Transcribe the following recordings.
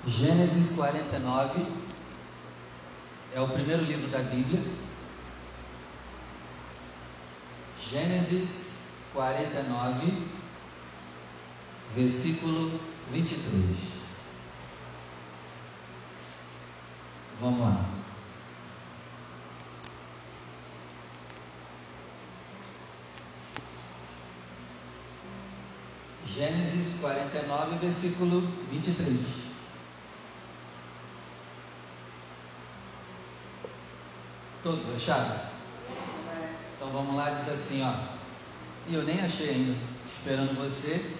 Gênesis 49 é o primeiro livro da Bíblia. Gênesis 49, versículo 23. Vamos lá. Gênesis 49, versículo 23. Todos acharam? Então vamos lá, diz assim, ó. E eu nem achei ainda, esperando você.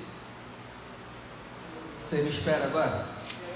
Você me espera agora?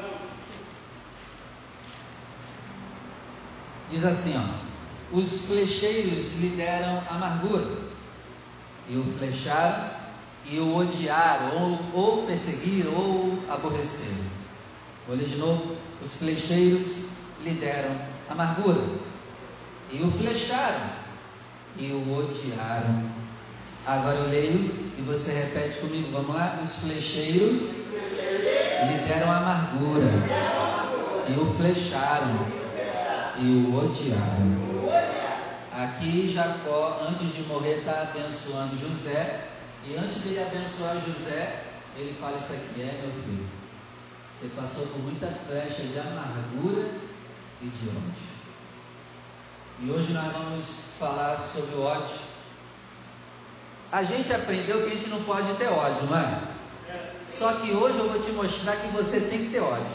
Diz assim, ó. Os flecheiros lhe deram amargura, e o flecharam, e o odiaram, ou perseguiram, ou aborreceram. Vou ler de novo. Os flecheiros lhe deram amargura, e o flecharam, e o odiaram. Agora eu leio e você repete comigo. Vamos lá? Os flecheiros lhe deram amargura, e o flecharam, e o odiaram. Aqui Jacó, antes de morrer, está abençoando José. E antes dele abençoar José, ele fala isso aqui: é, meu filho, você passou por muita flecha de amargura e de ódio. E hoje nós vamos falar sobre o ódio. A gente aprendeu que a gente não pode ter ódio, não é? Só que hoje eu vou te mostrar que você tem que ter ódio.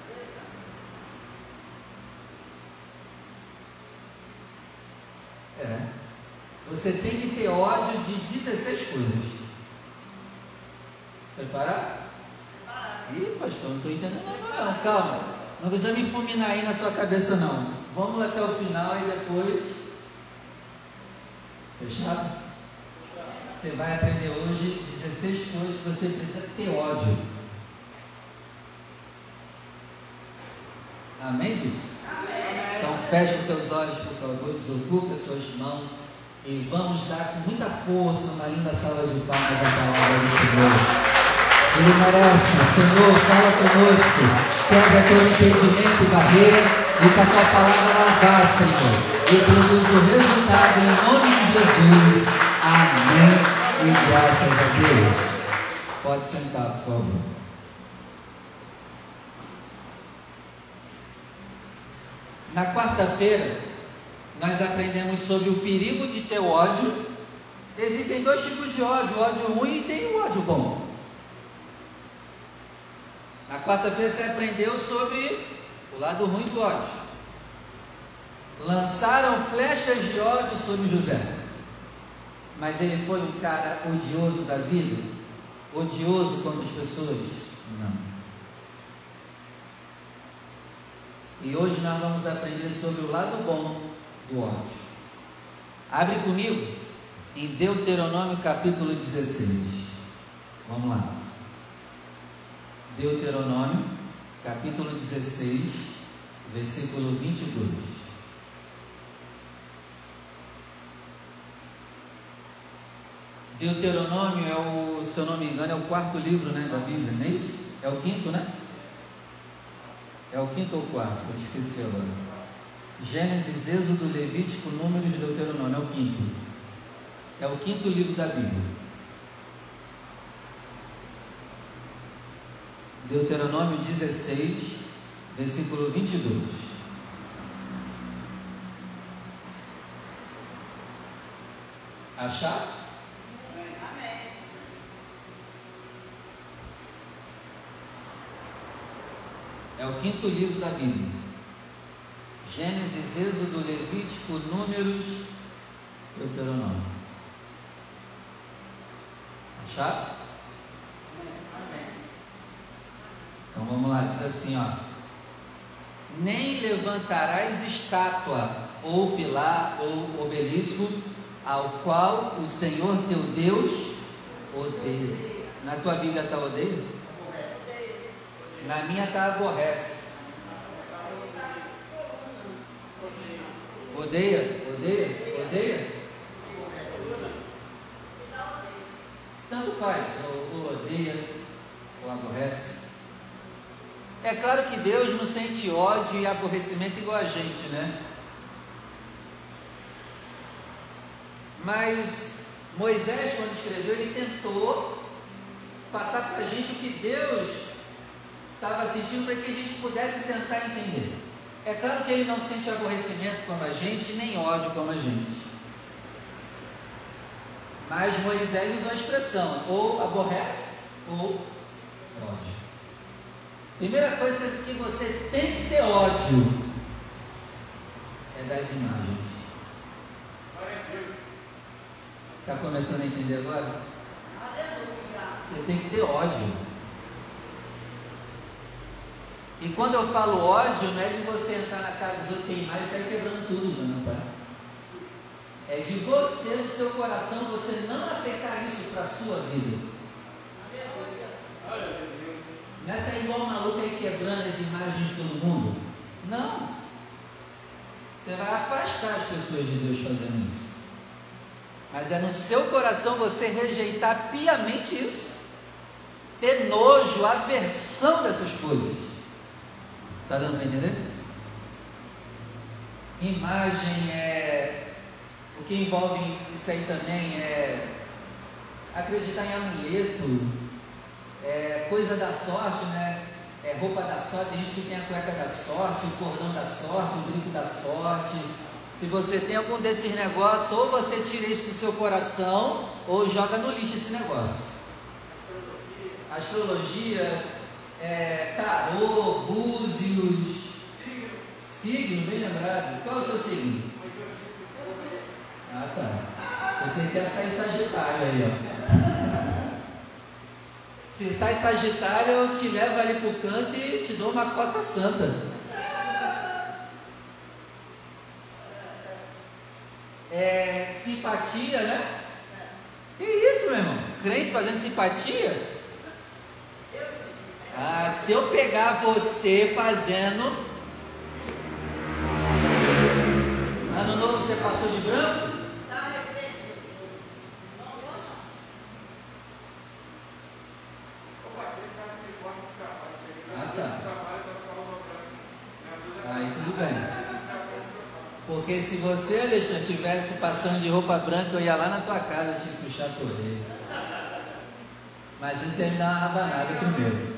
Você tem que ter ódio de 16 coisas. Preparado? Ih, pastor, não estou entendendo nada não. Calma, não precisa me fulminar aí na sua cabeça não. Vamos até o final e depois... Fechado? Você vai aprender hoje 16 coisas que você precisa ter ódio. Amém, Deus? Amém. Então feche os seus olhos, por favor, desocupe as suas mãos e vamos dar com muita força uma linda salva de palmas à palavra do Senhor. Ele merece. Senhor, fala conosco, quebra todo impedimento e barreira e que a tua palavra vá, Senhor, e produz o resultado em nome de Jesus. Amém. E graças a Deus. Pode sentar, por favor. Na quarta-feira, nós aprendemos sobre o perigo de ter ódio. Existem dois tipos de ódio: o ódio ruim e tem o ódio bom. Na quarta-feira você aprendeu sobre o lado ruim do ódio. Lançaram flechas de ódio sobre José. Mas ele foi um cara odioso da vida? Odioso como as pessoas? Não. E hoje nós vamos aprender sobre o lado bom do ódio. Abre comigo em Deuteronômio capítulo 16. Vamos lá. Deuteronômio capítulo 16, versículo 22. Deuteronômio é o, se eu não me engano, é o quarto livro, né, da Bíblia, não é isso? É o quinto, né? É o quinto ou quarto? Eu esqueci agora. Gênesis, Êxodo, Levítico, Números, Deuteronômio. É o quinto. É o quinto livro da Bíblia. Deuteronômio 16, versículo 22. Achar? É o quinto livro da Bíblia. Gênesis, Êxodo, Levítico, Números, Deuteronômio. Acharam? Então vamos lá, diz assim, ó: nem levantarás estátua, ou pilar, ou obelisco, ao qual o Senhor teu Deus odeia. Na tua Bíblia está odeia? Na minha está aborrece. Odeia? Odeia? Odeia? Tanto faz, ou odeia, ou aborrece. É claro que Deus não sente ódio e aborrecimento igual a gente, né? Mas Moisés, quando escreveu, ele tentou passar para a gente o que Deus estava sentindo, para que a gente pudesse tentar entender. É claro que ele não sente aborrecimento como a gente, nem ódio como a gente. Mas Moisés usou a expressão, ou aborrece, ou ódio. Primeira coisa que você tem que ter ódio é das imagens. Está começando a entender agora? Você tem que ter ódio. E quando eu falo ódio, não é de você entrar na casa dos outros, queimar e sair quebrando tudo, não, tá? É de você, no seu coração, você não aceitar isso para a sua vida. Não é sair igual um maluco aí quebrando as imagens de todo mundo. Não. Você vai afastar as pessoas de Deus fazendo isso. Mas é no seu coração você rejeitar piamente isso. Ter nojo, aversão dessas coisas. Está dando para entender? Imagem é... O que envolve isso aí também é acreditar em amuleto, coisa da sorte, né? Roupa da sorte, tem gente que tem a cueca da sorte, o cordão da sorte, o brinco da sorte. Se você tem algum desses negócios, ou você tira isso do seu coração, ou joga no lixo esse negócio. Astrologia, tarô, búzios, signo, bem lembrado. Qual é o seu signo? Ah, tá. Você quer sair Sagitário aí, ó. Se sai Sagitário, eu te levo ali pro canto e te dou uma coça santa. Simpatia, né? Que isso, meu irmão? Crente fazendo simpatia? Ah, se eu pegar você fazendo... Ano novo você passou de branco? Ah, tá. Aí tudo bem. Porque se você, Alexandre, estivesse passando de roupa branca, eu ia lá na tua casa te puxar a tua orelha. Mas isso ia me dar uma rabanada primeiro.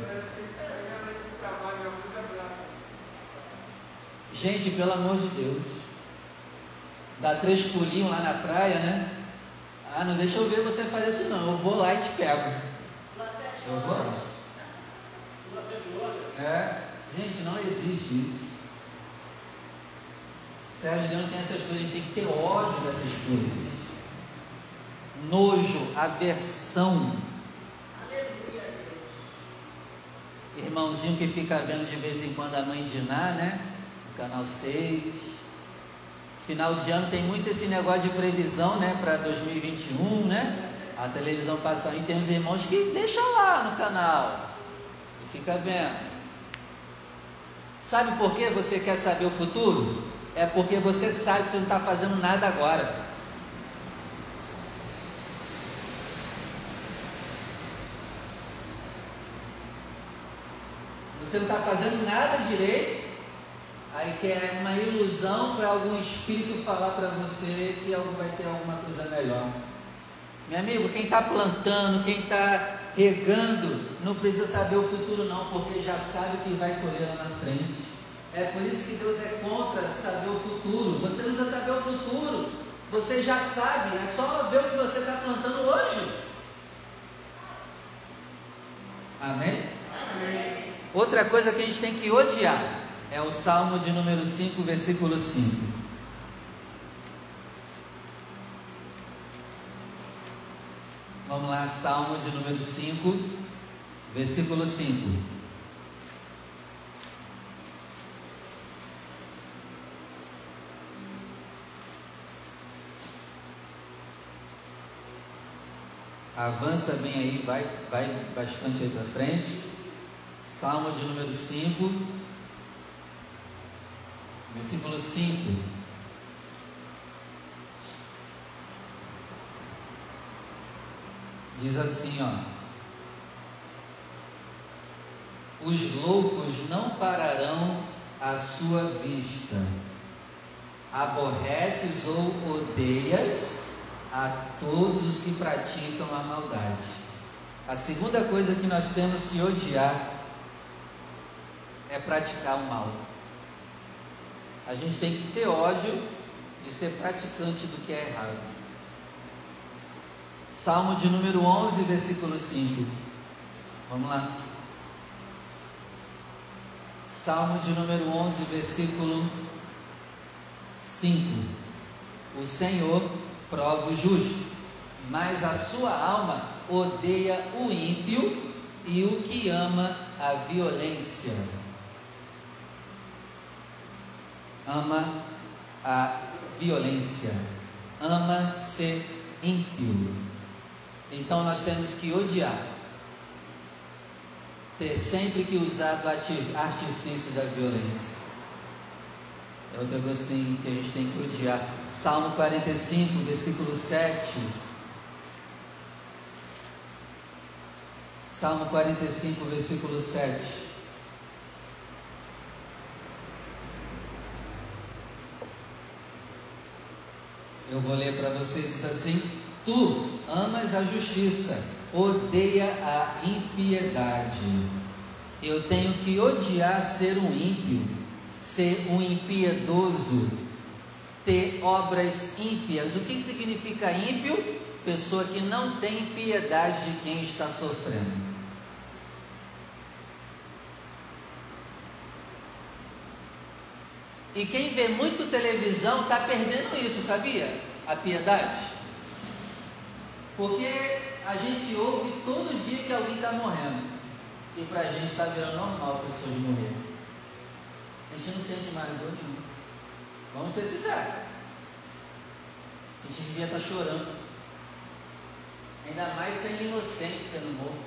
Gente, pelo amor de Deus. Dá 3 pulinhos lá na praia, né? Ah, não deixa eu ver você fazer isso não. Eu vou lá e te pego. Eu vou lá. Gente, não existe isso. Sérgio Leão tem essas coisas, a gente tem que ter ódio dessas coisas. Nojo, aversão. Aleluia, Deus. Irmãozinho que fica vendo de vez em quando a mãe de Ná, né? Canal 6. Final de ano tem muito esse negócio de previsão, né? Para 2021, né? A televisão passa aí, tem uns irmãos que deixam lá no canal e fica vendo. Sabe por que você quer saber o futuro? É porque você sabe que você não está fazendo nada agora. Você não está fazendo nada direito, aí quer uma ilusão para algum espírito falar para você que vai ter alguma coisa melhor. Meu amigo, quem está plantando, quem está regando, não precisa saber o futuro não, porque já sabe o que vai colher lá na frente. É por isso que Deus é contra saber o futuro. Você não precisa saber o futuro, você já sabe, é só ver o que você está plantando hoje. Amém? Amém. Outra coisa que a gente tem que odiar é o Salmo de número 5, versículo 5. Vamos lá, Salmo de número 5, versículo 5. Avança bem aí, vai bastante aí para frente. Salmo de número 5, versículo 5. Diz assim, ó: os loucos não pararão à sua vista. Aborreces ou odeias a todos os que praticam a maldade. A segunda coisa que nós temos que odiar é praticar o mal. A gente tem que ter ódio de ser praticante do que é errado. Salmo de número 11, versículo 5. Vamos lá. Salmo de número 11, versículo 5. O Senhor prova o justo, mas a sua alma odeia o ímpio e o que ama a violência. Ama a violência, ama ser ímpio. Então nós temos que odiar, ter sempre que usar do artifício da violência. É outra coisa que a gente tem que odiar. Salmo 45, versículo 7. Salmo 45, versículo 7. Eu vou ler para você, diz assim: tu amas a justiça, odeia a impiedade. Eu tenho que odiar ser um ímpio, ser um impiedoso, ter obras ímpias. O que significa ímpio? Pessoa que não tem piedade de quem está sofrendo. E quem vê muito televisão está perdendo isso, sabia? A piedade. Porque a gente ouve todo dia que alguém está morrendo. E para a gente está virando normal pessoas morrer. A gente não sente mais dor nenhuma. Vamos ser sinceros. A gente devia estar chorando. Ainda mais sendo inocente, sendo morto.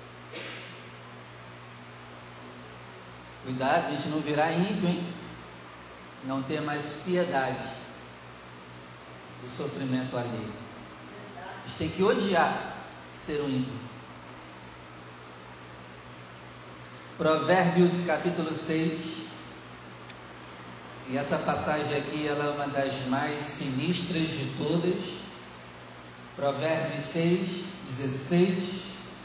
Cuidado, a gente não virar ímpio, hein? Não ter mais piedade do sofrimento alheio. A gente tem que odiar ser um ímpio. Provérbios capítulo 6. E essa passagem aqui, ela é uma das mais sinistras de todas. Provérbios 6, 16.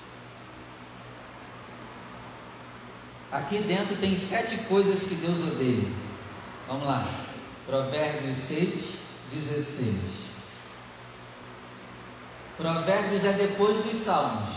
Aqui dentro tem 7 coisas que Deus odeia. Vamos lá, Provérbios 6, 16. Provérbios é depois dos Salmos.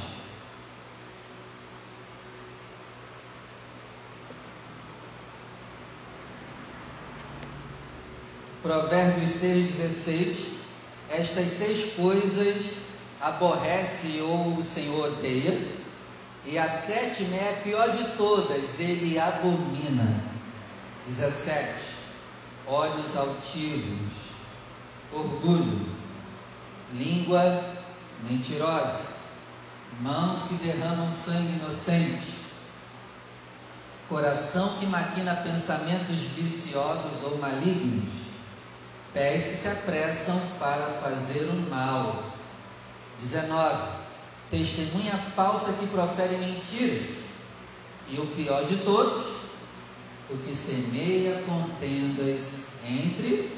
Provérbios 6, 16. Estas 6 coisas aborrece ou o Senhor odeia, e a 7ª é a pior de todas, ele abomina. 17. Olhos altivos, orgulho, língua mentirosa, mãos que derramam sangue inocente, coração que maquina pensamentos viciosos ou malignos, pés que se apressam para fazer o mal. 19. Testemunha falsa que profere mentiras, e o pior de todos, o que semeia contendas entre.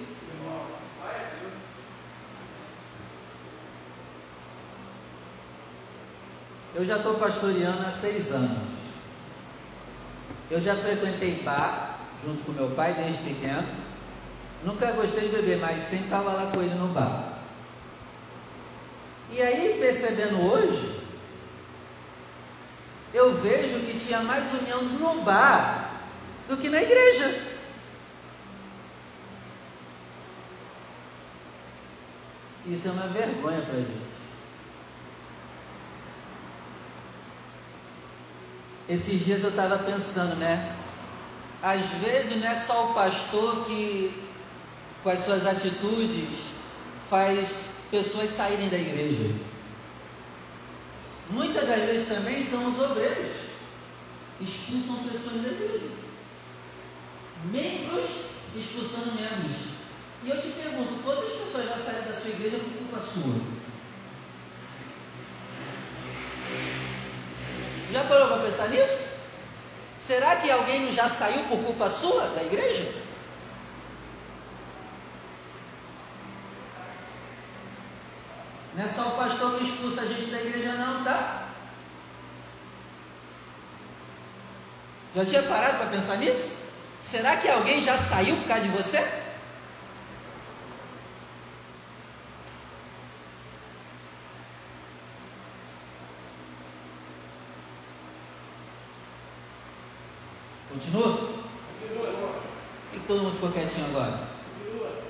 Eu já estou pastoreando há 6 anos. Eu já frequentei bar junto com meu pai desde pequeno. Nunca gostei de beber, mas sempre estava lá com ele no bar. E aí, percebendo hoje, eu vejo que tinha mais união no bar do que na igreja. Isso é uma vergonha para a gente. Esses dias eu estava pensando, né? Às vezes não é só o pastor que, com as suas atitudes, faz pessoas saírem da igreja. Muitas das vezes também são os obreiros que expulsam pessoas da igreja. Membros expulsando membros. E eu te pergunto, quantas pessoas já saíram da sua igreja por culpa sua? Já parou para pensar nisso? Será que alguém não já saiu por culpa sua da igreja? Não é só o pastor que expulsa a gente da igreja não, tá? Já tinha parado para pensar nisso? Será que alguém já saiu por causa de você? Continua? Continua. Por que todo mundo ficou quietinho agora? Continua.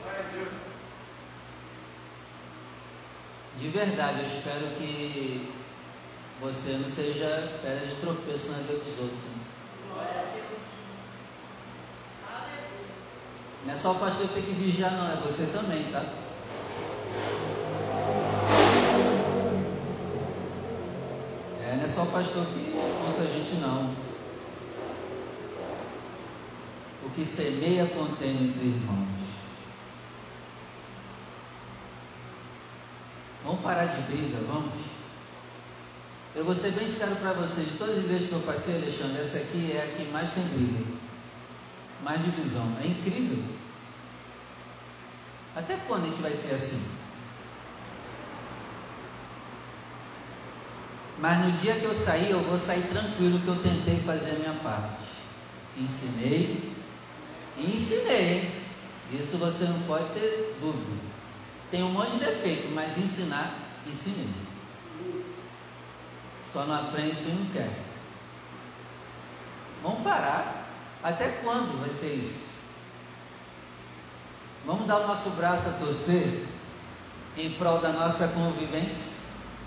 De verdade, eu espero que você não seja pedra de tropeço na vida dos outros. Né? Glória a Deus. Aleluia. Não é só o pastor que tem que vigiar, não, é você também, tá? Não é só o pastor que expulsa a gente, não. O que semeia contém entre irmãos. Vamos parar de briga, vamos? Eu vou ser bem sincero para vocês, de todas as igrejas que eu passei, Alexandre, essa aqui é a que mais tem briga, mais divisão. É incrível. Até quando a gente vai ser assim? Mas no dia que eu sair, eu vou sair tranquilo, que eu tentei fazer a minha parte. Ensinei. Isso você não pode ter dúvida. Tem um monte de defeito, mas ensinar, ensinei. Só não aprende quem não quer. Vamos parar. Até quando vai ser isso? Vamos dar o nosso braço a torcer em prol da nossa convivência?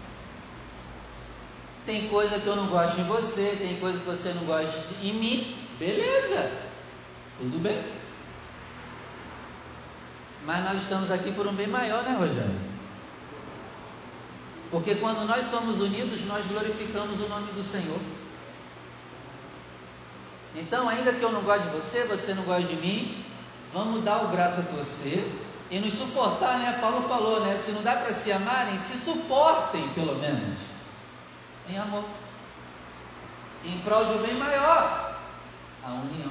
Tem coisa que eu não gosto em você, tem coisa que você não gosta em mim. Beleza. Tudo bem. Mas nós estamos aqui por um bem maior, né, Rogério? Porque quando nós somos unidos, nós glorificamos o nome do Senhor. Então, ainda que eu não goste de você, você não gosta de mim, vamos dar o braço a torcer e nos suportar, né? Paulo falou, né? Se não dá para se amarem, se suportem, pelo menos, em amor. Em prol de um bem maior, a união.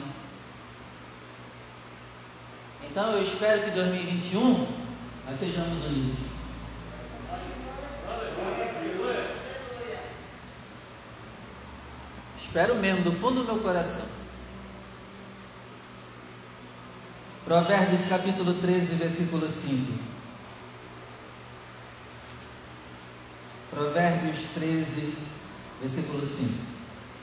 Então eu espero que em 2021 nós sejamos unidos. Espero mesmo, do fundo do meu coração. Provérbios capítulo 13, versículo 5. Provérbios 13, versículo 5.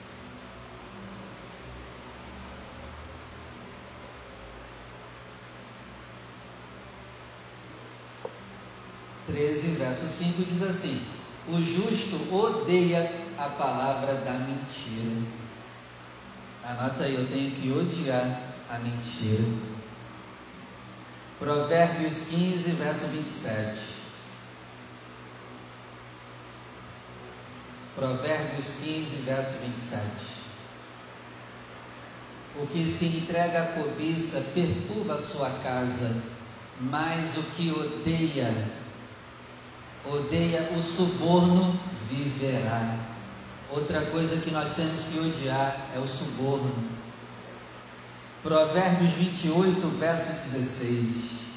Verso 5 diz assim: o justo odeia a palavra da mentira. Anota aí, eu tenho que odiar a mentira. Provérbios 15, verso 27. Provérbios 15, verso 27. O que se entrega à cobiça perturba a sua casa, mas o que odeia o suborno viverá. Outra coisa que nós temos que odiar é o suborno. Provérbios 28, verso 16.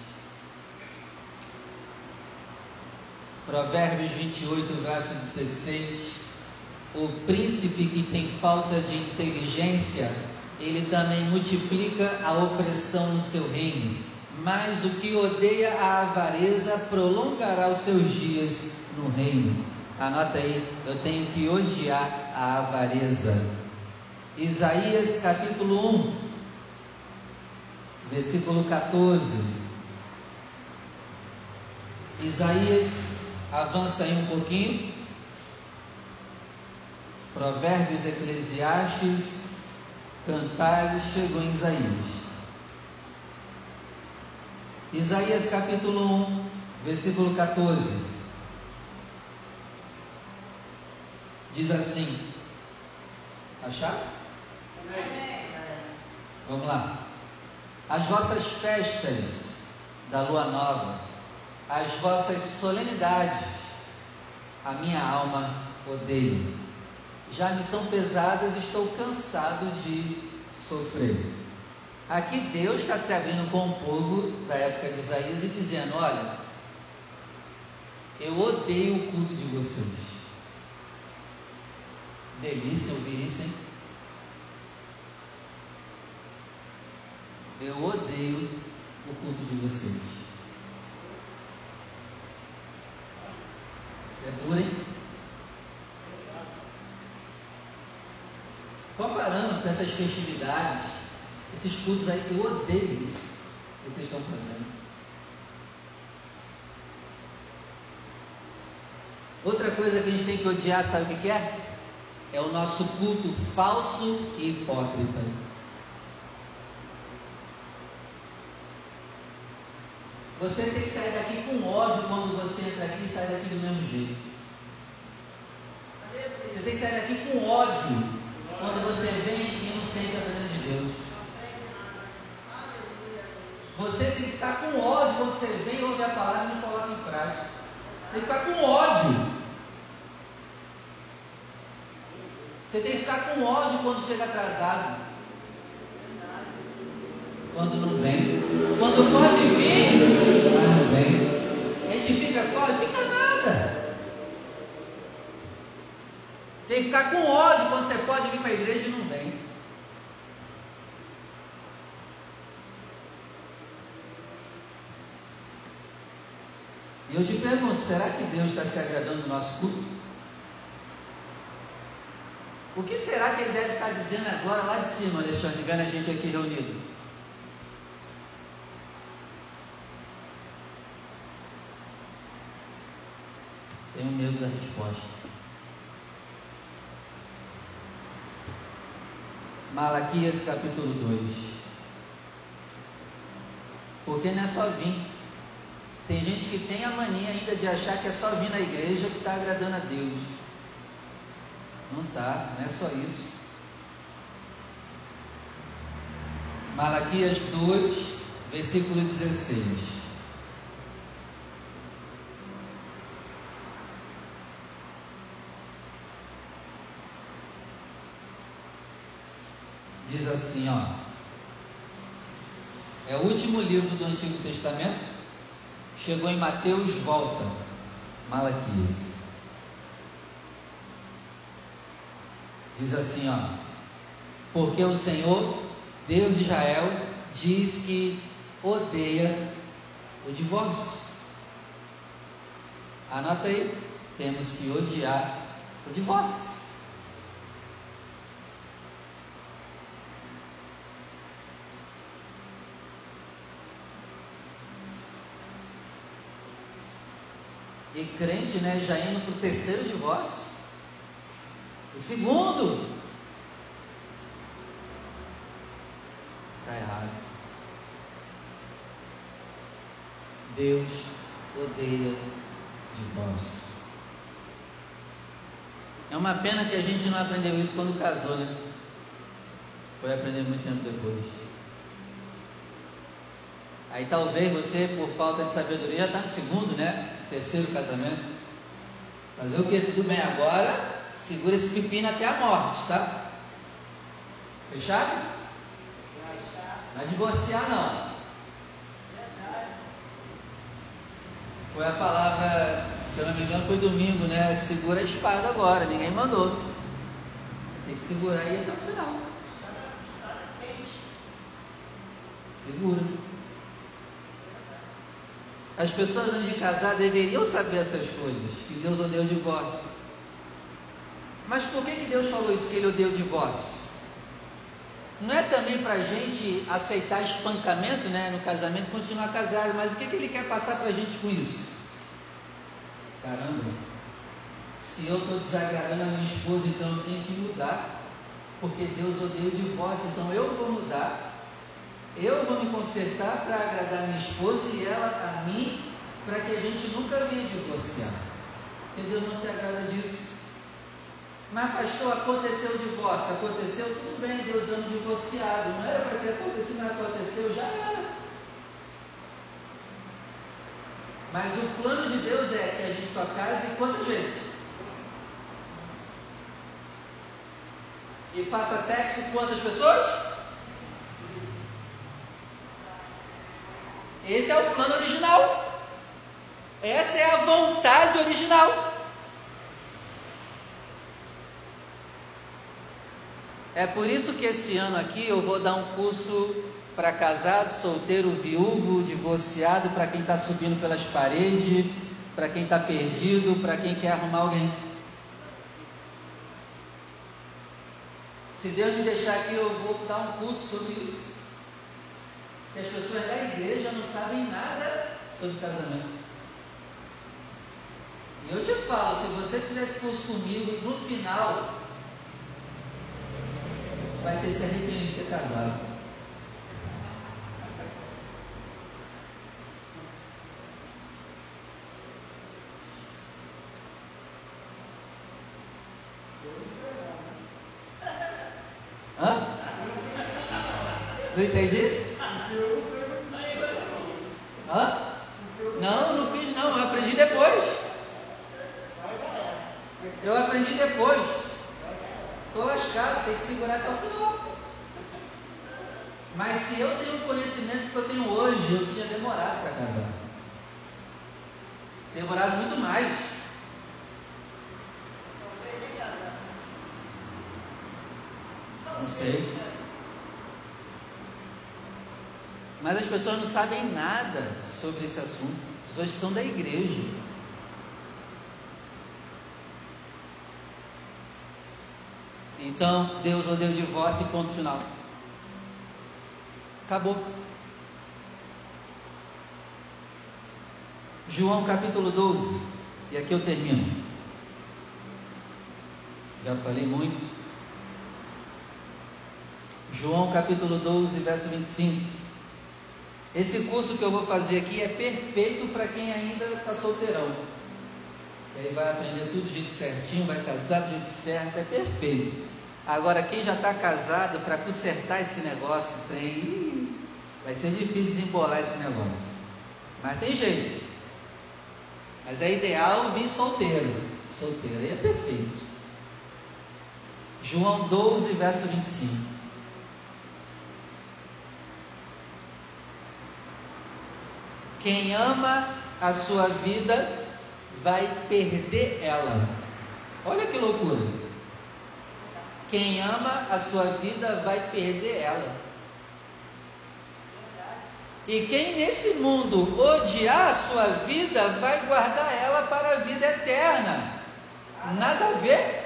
Provérbios 28, verso 16. O príncipe que tem falta de inteligência, ele também multiplica a opressão no seu reino. Mas o que odeia a avareza prolongará os seus dias no reino. Anota aí, eu tenho que odiar a avareza. Isaías capítulo 1, versículo 14. Isaías, avança aí um pouquinho. Provérbios, Eclesiastes, Cantares, chegou em Isaías. Isaías capítulo 1, versículo 14. Diz assim. Acharam? Amém. Vamos lá. As vossas festas da lua nova, as vossas solenidades, a minha alma odeia. já me são pesadas, estou cansado de sofrer. Aqui Deus está se abrindo com o povo da época de Isaías e dizendo: olha, eu odeio o culto de vocês. Delícia ouvir isso, hein? Eu odeio o culto de vocês. Isso é duro, hein? Comparando com essas festividades, esses cultos aí, eu odeio isso que vocês estão fazendo. Outra coisa que a gente tem que odiar, sabe o que é? É o nosso culto falso e hipócrita. Você tem que sair daqui com ódio quando você entra aqui e sai daqui do mesmo jeito. Você tem que sair daqui com ódio quando você vem e não sente a presença de Deus. Você tem que ficar com ódio quando você vem e ouve a palavra e não coloca em prática. Tem que ficar com ódio. Você tem que ficar com ódio quando chega atrasado. Quando não vem. Quando pode vir, mas não vem. A gente fica com ódio, fica nada. Tem que ficar com ódio quando você pode vir para a igreja e não vem. E eu te pergunto, será que Deus está se agradando do nosso culto? O que será que Ele deve estar dizendo agora lá de cima, Alexandre, vendo a gente aqui reunido? Tenho medo da resposta. Malaquias capítulo 2. Porque não é só vir. Tem gente que tem a mania ainda de achar que é só vir na igreja que está agradando a Deus. Não está, não é só isso. Malaquias 2, versículo 16. Diz assim, ó. É o último livro do Antigo Testamento. Chegou em Mateus, volta. Malaquias. Diz assim, ó. Porque o Senhor, Deus de Israel, diz que odeia o divórcio. Anota aí. Temos que odiar o divórcio. E crente, né, já indo para o terceiro divórcio. O segundo. Está errado. Deus odeia divórcio. É uma pena que a gente não aprendeu isso quando casou, né? Foi aprender muito tempo depois. Aí talvez você, por falta de sabedoria, já está no segundo, né? Terceiro casamento. Fazer o que? Tudo bem, agora segura esse pepino até a morte, tá? Fechado? Não vai divorciar, não. Foi a palavra, se eu não me engano, foi domingo, né? Segura a espada agora, ninguém mandou. Tem que segurar aí até o final. Segura. As pessoas antes de casar deveriam saber essas coisas, que Deus odeia o divórcio. Mas por que Deus falou isso, que Ele odeia o divórcio? Não é também para a gente aceitar espancamento, né, no casamento e continuar casado, mas o que Ele quer passar para a gente com isso? Caramba, se eu estou desagradando a minha esposa, então eu tenho que mudar, porque Deus odeia o divórcio, então eu vou mudar. Eu vou me consertar para agradar a minha esposa e ela a mim, para que a gente nunca venha divorciar. Porque Deus não se agrada disso. Mas pastor, aconteceu o divórcio, aconteceu, tudo bem, Deus ama o divorciado. Não era para ter acontecido, mas aconteceu, já era. Mas o plano de Deus é que a gente só case quantas vezes? e faça sexo com quantas pessoas? Esse é o plano original. Essa é a vontade original. É por isso que esse ano aqui eu vou dar um curso para casado, solteiro, viúvo, divorciado, para quem está subindo pelas paredes, para quem está perdido, para quem quer arrumar alguém. Se Deus me deixar aqui, eu vou dar um curso sobre isso. Que as pessoas da igreja não sabem nada sobre casamento. E eu te falo, se você fizer esse curso comigo, no final vai ter se arrependido de ter casado. Hã? Não entendi? Hã? Não fiz não, eu aprendi depois. Eu aprendi depois. Estou lascado, tem que segurar até o final. Mas se eu tenho o conhecimento que eu tenho hoje, eu tinha demorado para casar. Demorado muito mais. Não sei. Mas as pessoas não sabem nada sobre esse assunto. As pessoas são da igreja. Então, Deus odeia o divórcio e ponto final. Acabou. João capítulo 12. E aqui eu termino. Já falei muito. João capítulo 12, verso 25. Esse curso que eu vou fazer aqui é perfeito para quem ainda está solteirão. E aí vai aprender tudo do jeito certinho, vai casar do jeito certo, é perfeito. Agora quem já está casado, para consertar esse negócio, vai ser difícil desembolar esse negócio. Mas tem jeito. Mas é ideal vir solteiro. Solteiro aí é perfeito. João 12, verso 25. Quem ama a sua vida vai perder ela. Olha que loucura. Quem ama a sua vida vai perder ela. E quem nesse mundo odiar a sua vida vai guardar ela para a vida eterna. Nada a ver.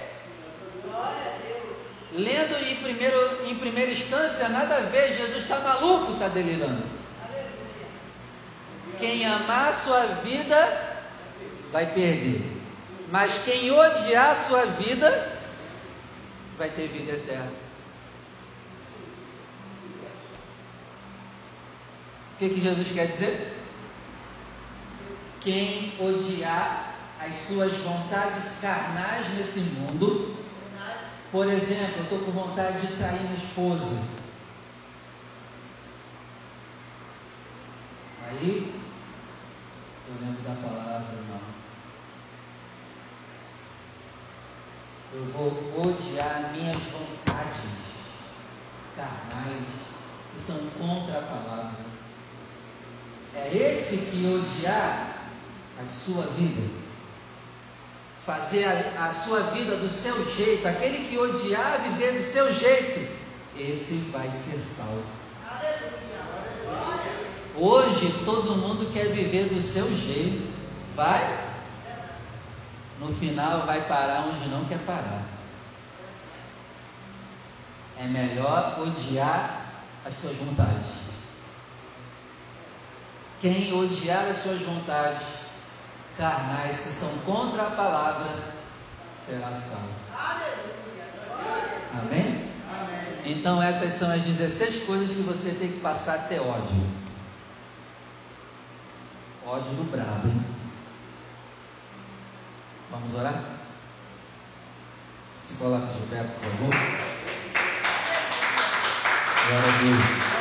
Lendo em primeira instância, nada a ver. Jesus está maluco, está delirando. Quem amar a sua vida vai perder, mas quem odiar a sua vida vai ter vida eterna. O que Jesus quer dizer? Quem odiar as suas vontades carnais nesse mundo, por exemplo, eu estou com vontade de trair minha esposa, aí eu lembro da palavra, irmão. Eu vou odiar minhas vontades carnais que são contra a palavra. É esse que odiar a sua vida, fazer a sua vida do seu jeito, aquele que odiar viver do seu jeito, esse vai ser salvo. Hoje todo mundo quer viver do seu jeito, vai? No final vai parar onde não quer parar. É melhor odiar as suas vontades. Quem odiar as suas vontades carnais que são contra a palavra será salvo. Amém? Amém? Então essas são as 16 coisas que você tem que passar a ter ódio. Ódio do brabo, hein? Vamos orar? Se coloque de pé, por favor. Glória a Deus.